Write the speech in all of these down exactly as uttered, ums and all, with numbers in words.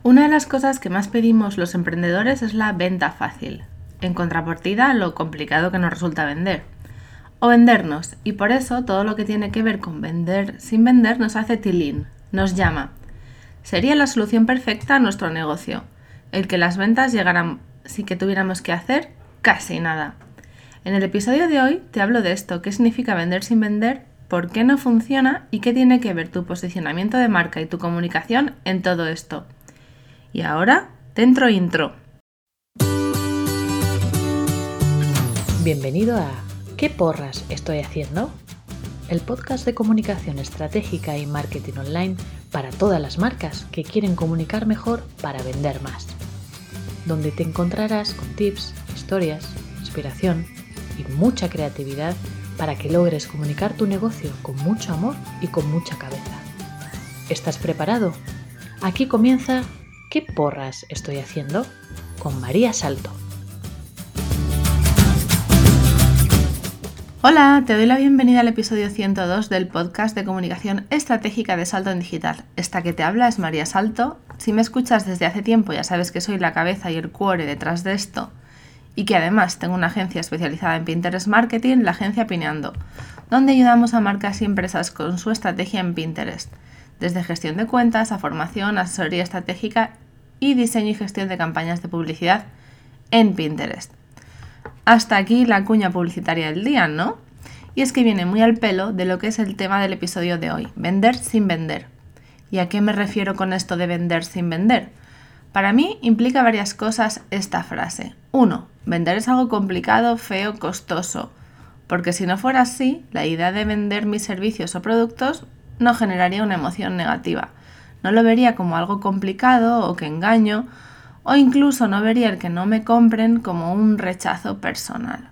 Una de las cosas que más pedimos los emprendedores es la venta fácil, en contrapartida a lo complicado que nos resulta vender. O vendernos, y por eso todo lo que tiene que ver con vender sin vender nos hace tilín, nos llama. Sería la solución perfecta a nuestro negocio, el que las ventas llegaran sin que tuviéramos que hacer casi nada. En el episodio de hoy te hablo de esto, qué significa vender sin vender, por qué no funciona y qué tiene que ver tu posicionamiento de marca y tu comunicación en todo esto. Y ahora, dentro intro. Bienvenido a ¿Qué porras estoy haciendo? El podcast de comunicación estratégica y marketing online para todas las marcas que quieren comunicar mejor para vender más. Donde te encontrarás con tips, historias, inspiración y mucha creatividad para que logres comunicar tu negocio con mucho amor y con mucha cabeza. ¿Estás preparado? Aquí comienza ¿Qué porras estoy haciendo? Con María Salto. Hola, te doy la bienvenida al episodio ciento dos del podcast de comunicación estratégica de Salto en Digital. Esta que te habla es María Salto. Si me escuchas desde hace tiempo ya sabes que soy la cabeza y el cuore detrás de esto y que además tengo una agencia especializada en Pinterest Marketing, la agencia Pineando, donde ayudamos a marcas y empresas con su estrategia en Pinterest, desde gestión de cuentas a formación, asesoría estratégica y diseño y gestión de campañas de publicidad en Pinterest. Hasta aquí la cuña publicitaria del día, ¿no? Y es que viene muy al pelo de lo que es el tema del episodio de hoy, vender sin vender. ¿Y a qué me refiero con esto de vender sin vender? Para mí implica varias cosas esta frase. Uno, vender es algo complicado, feo, costoso, porque si no fuera así, la idea de vender mis servicios o productos no generaría una emoción negativa. No lo vería como algo complicado o que engaño, o incluso no vería el que no me compren como un rechazo personal.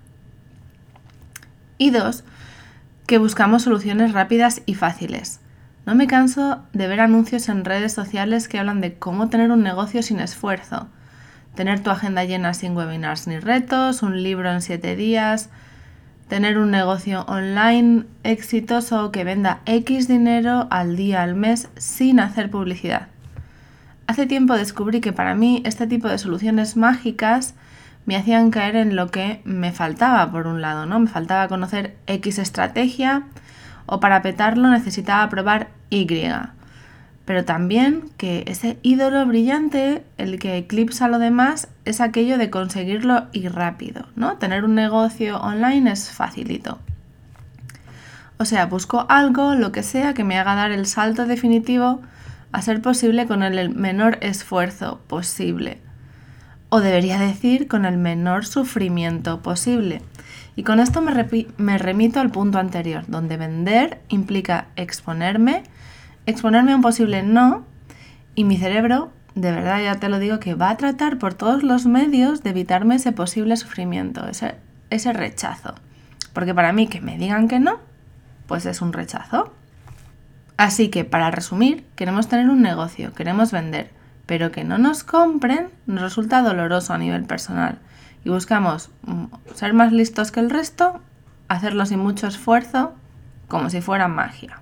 Y dos, que buscamos soluciones rápidas y fáciles. No me canso de ver anuncios en redes sociales que hablan de cómo tener un negocio sin esfuerzo, tener tu agenda llena sin webinars ni retos, un libro en siete días, tener un negocio online exitoso que venda X dinero al día, al mes, sin hacer publicidad. Hace tiempo descubrí que para mí este tipo de soluciones mágicas me hacían caer en lo que me faltaba, por un lado, ¿no? Me faltaba conocer X estrategia o para petarlo necesitaba probar Y. Pero también que ese ídolo brillante, el que eclipsa lo demás, es aquello de conseguirlo y rápido, ¿no? Tener un negocio online es facilito. O sea, busco algo, lo que sea, que me haga dar el salto definitivo a ser posible con el menor esfuerzo posible. O debería decir, con el menor sufrimiento posible. Y con esto me, repi- me remito al punto anterior, donde vender implica exponerme, exponerme a un posible no, y mi cerebro, de verdad ya te lo digo, que va a tratar por todos los medios de evitarme ese posible sufrimiento, ese, ese rechazo. Porque para mí que me digan que no, pues es un rechazo. Así que, para resumir, queremos tener un negocio, queremos vender, pero que no nos compren nos resulta doloroso a nivel personal. Y buscamos mm, ser más listos que el resto, hacerlo sin mucho esfuerzo, como si fuera magia.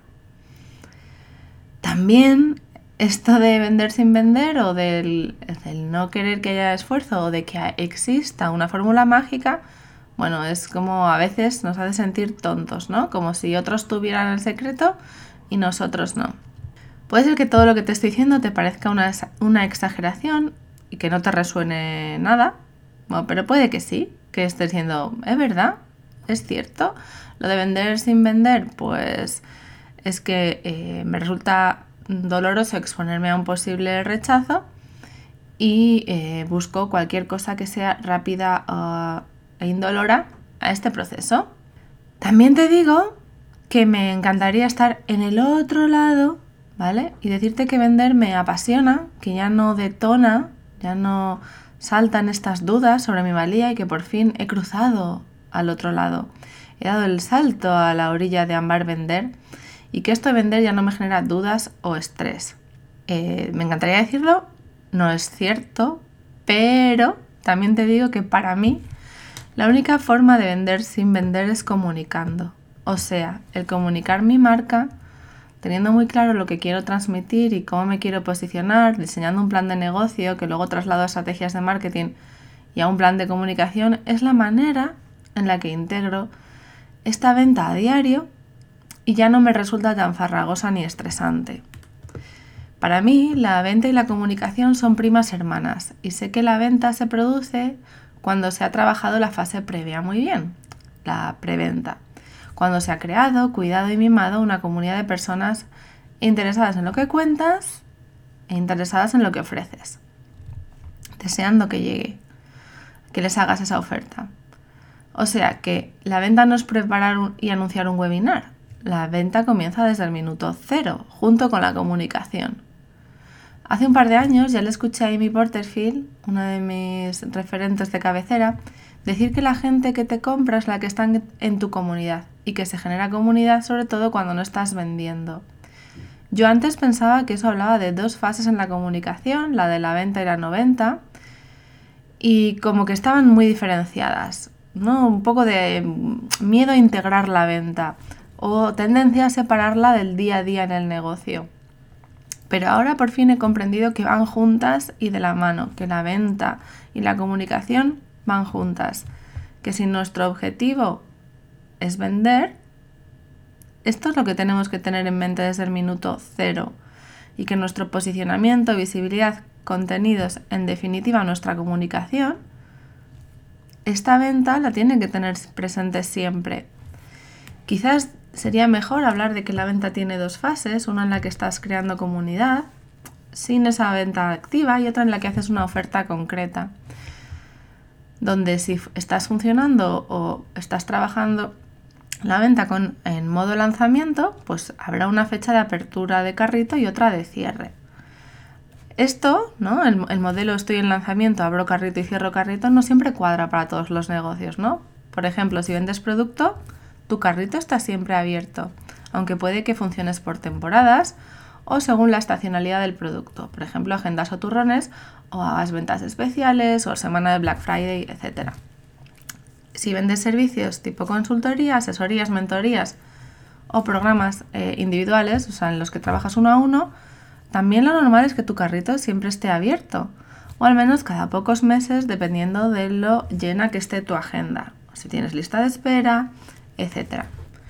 También esto de vender sin vender o del, del no querer que haya esfuerzo o de que exista una fórmula mágica, bueno, es como a veces nos hace sentir tontos, ¿no? Como si otros tuvieran el secreto y nosotros no. Puede ser que todo lo que te estoy diciendo te parezca una, una exageración y que no te resuene nada, bueno, pero puede que sí, que estés diciendo, ¿es verdad? ¿Es cierto? Lo de vender sin vender, pues es que eh, me resulta doloroso exponerme a un posible rechazo y eh, busco cualquier cosa que sea rápida uh, e indolora a este proceso. También te digo que me encantaría estar en el otro lado, ¿vale? Y decirte que vender me apasiona, que ya no detona, ya no saltan estas dudas sobre mi valía y que por fin he cruzado al otro lado. He dado el salto a la orilla de amar vender y que esto de vender ya no me genera dudas o estrés. Eh, me encantaría decirlo, no es cierto, pero también te digo que para mí la única forma de vender sin vender es comunicando. O sea, el comunicar mi marca teniendo muy claro lo que quiero transmitir y cómo me quiero posicionar, diseñando un plan de negocio que luego traslado a estrategias de marketing y a un plan de comunicación, es la manera en la que integro esta venta a diario y ya no me resulta tan farragosa ni estresante. Para mí, la venta y la comunicación son primas hermanas y sé que la venta se produce cuando se ha trabajado la fase previa muy bien, la preventa. Cuando se ha creado, cuidado y mimado una comunidad de personas interesadas en lo que cuentas e interesadas en lo que ofreces, deseando que llegue, que les hagas esa oferta. O sea que la venta no es preparar un, y anunciar un webinar. La venta comienza desde el minuto cero, junto con la comunicación. Hace un par de años ya le escuché a Amy Porterfield, una de mis referentes de cabecera, decir que la gente que te compra es la que está en, en tu comunidad y que se genera comunidad sobre todo cuando no estás vendiendo. Yo antes pensaba que eso hablaba de dos fases en la comunicación, la de la venta y la no venta, y como que estaban muy diferenciadas, ¿no? Un poco de miedo a integrar la venta o tendencia a separarla del día a día en el negocio. Pero ahora por fin he comprendido que van juntas y de la mano, que la venta y la comunicación van juntas, que si nuestro objetivo es vender, esto es lo que tenemos que tener en mente desde el minuto cero y que nuestro posicionamiento, visibilidad, contenidos, en definitiva nuestra comunicación, esta venta la tiene que tener presente siempre. Quizás sería mejor hablar de que la venta tiene dos fases, una en la que estás creando comunidad, sin esa venta activa, y otra en la que haces una oferta concreta, donde si estás funcionando o estás trabajando la venta con, en modo lanzamiento, pues habrá una fecha de apertura de carrito y otra de cierre. Esto, ¿no? El, el modelo estoy en lanzamiento, abro carrito y cierro carrito, no siempre cuadra para todos los negocios, ¿no? Por ejemplo, si vendes producto, tu carrito está siempre abierto, aunque puede que funciones por temporadas o según la estacionalidad del producto. Por ejemplo, agendas o turrones o hagas ventas especiales o semana de Black Friday, etcétera. Si vendes servicios tipo consultoría, asesorías, mentorías o programas eh, individuales, o sea, en los que trabajas uno a uno, también lo normal es que tu carrito siempre esté abierto, o al menos cada pocos meses, dependiendo de lo llena que esté tu agenda. Si tienes lista de espera, etcétera.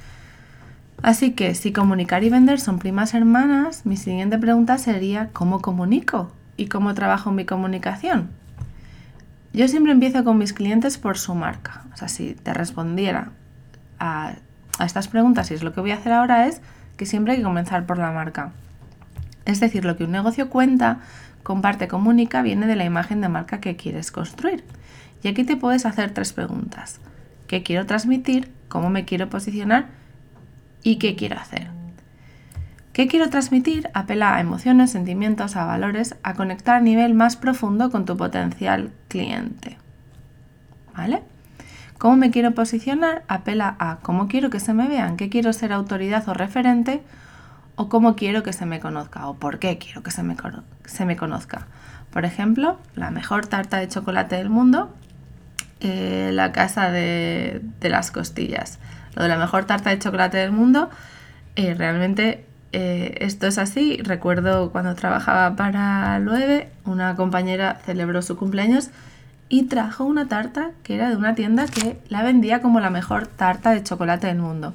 Así que si comunicar y vender son primas hermanas, mi siguiente pregunta sería ¿cómo comunico? ¿Y cómo trabajo mi comunicación? Yo siempre empiezo con mis clientes por su marca. O sea, si te respondiera a, a estas preguntas, y es lo que voy a hacer ahora, es que siempre hay que comenzar por la marca. Es decir, lo que un negocio cuenta, comparte, comunica, viene de la imagen de marca que quieres construir. Y aquí te puedes hacer tres preguntas. ¿Qué quiero transmitir? ¿Cómo me quiero posicionar? ¿Y qué quiero hacer? ¿Qué quiero transmitir? Apela a emociones, sentimientos, a valores, a conectar a nivel más profundo con tu potencial cliente. ¿Vale? ¿Cómo me quiero posicionar? Apela a cómo quiero que se me vean, qué quiero ser autoridad o referente, o cómo quiero que se me conozca, o por qué quiero que se me, se me conozca. Por ejemplo, la mejor tarta de chocolate del mundo, eh, la casa de, de las costillas. Lo de la mejor tarta de chocolate del mundo, eh, realmente eh, esto es así. Recuerdo cuando trabajaba para Loewe, una compañera celebró su cumpleaños y trajo una tarta que era de una tienda que la vendía como la mejor tarta de chocolate del mundo.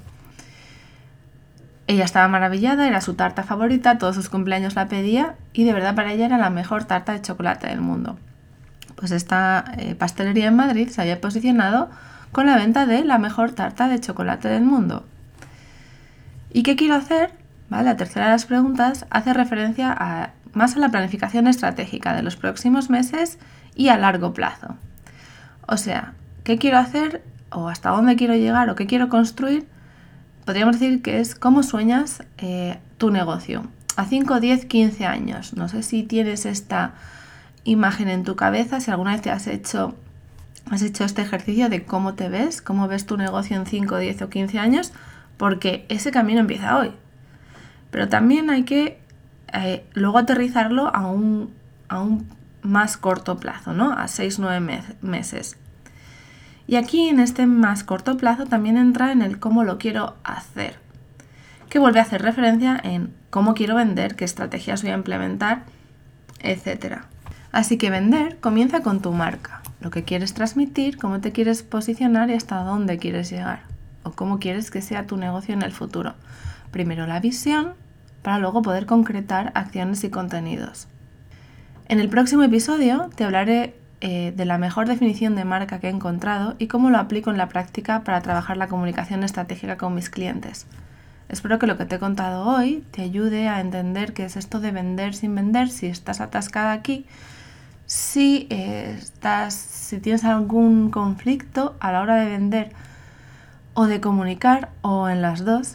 Ella estaba maravillada, era su tarta favorita, todos sus cumpleaños la pedía y de verdad para ella era la mejor tarta de chocolate del mundo. Pues esta eh, pastelería en Madrid se había posicionado con la venta de la mejor tarta de chocolate del mundo. ¿Y qué quiero hacer? ¿Vale? La tercera de las preguntas hace referencia a, más a la planificación estratégica de los próximos meses y a largo plazo. O sea, ¿qué quiero hacer o hasta dónde quiero llegar o qué quiero construir? Podríamos decir que es cómo sueñas eh, tu negocio a cinco, diez, quince años. No sé si tienes esta imagen en tu cabeza, si alguna vez te has hecho, has hecho este ejercicio de cómo te ves, cómo ves tu negocio en cinco, diez o quince años, porque ese camino empieza hoy. Pero también hay que eh, luego aterrizarlo a un, a un más corto plazo, ¿no? A seis, nueve mes- meses. Y aquí en este más corto plazo también entra en el cómo lo quiero hacer. que vuelve a hacer referencia en cómo quiero vender, qué estrategias voy a implementar, etcétera. Así que vender comienza con tu marca, lo que quieres transmitir, cómo te quieres posicionar y hasta dónde quieres llegar, o cómo quieres que sea tu negocio en el futuro. Primero la visión, para luego poder concretar acciones y contenidos. En el próximo episodio te hablaré eh, de la mejor definición de marca que he encontrado y cómo lo aplico en la práctica para trabajar la comunicación estratégica con mis clientes. Espero que lo que te he contado hoy te ayude a entender qué es esto de vender sin vender, si estás atascada aquí, si, eh, estás, si tienes algún conflicto a la hora de vender o de comunicar o en las dos,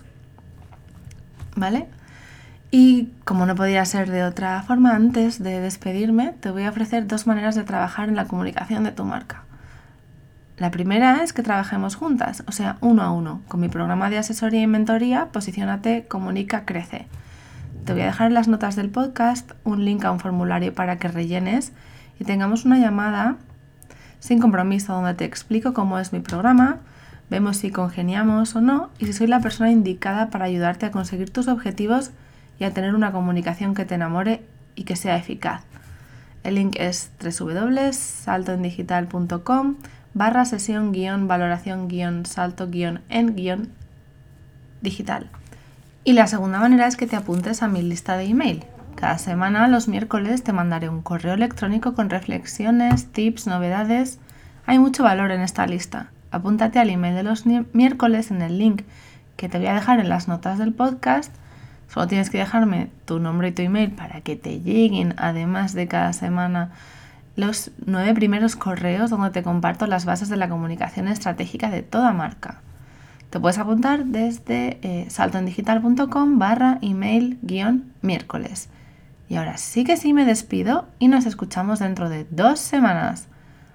¿vale? Y como no podía ser de otra forma, antes de despedirme, te voy a ofrecer dos maneras de trabajar en la comunicación de tu marca. La primera es que trabajemos juntas, o sea, uno a uno. Con mi programa de asesoría y mentoría, Posiciónate, Comunica, Crece. Te voy a dejar en las notas del podcast un link a un formulario para que rellenes y tengamos una llamada sin compromiso donde te explico cómo es mi programa, vemos si congeniamos o no y si soy la persona indicada para ayudarte a conseguir tus objetivos y a tener una comunicación que te enamore y que sea eficaz. El link es doble u doble u doble u punto salto en digital punto com barra sesión guión valoración guión salto guión en guión digital. Y la segunda manera es que te apuntes a mi lista de email. Cada semana, los miércoles, te mandaré un correo electrónico con reflexiones, tips, novedades. Hay mucho valor en esta lista. Apúntate al email de los miércoles en el link que te voy a dejar en las notas del podcast. Solo tienes que dejarme tu nombre y tu email para que te lleguen, además de cada semana, los nueve primeros correos donde te comparto las bases de la comunicación estratégica de toda marca. Te puedes apuntar desde eh, saltoendigital punto com barra email guión miércoles. Y ahora sí que sí me despido y nos escuchamos dentro de dos semanas.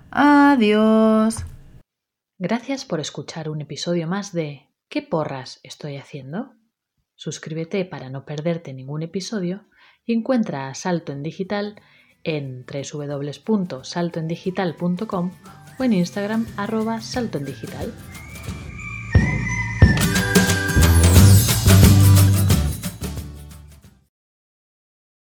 ¡Adiós! Gracias por escuchar un episodio más de ¿Qué porras estoy haciendo? Suscríbete para no perderte ningún episodio y encuentra a Salto en Digital en doble u doble u doble u punto salto en digital punto com o en Instagram arroba saltoendigital.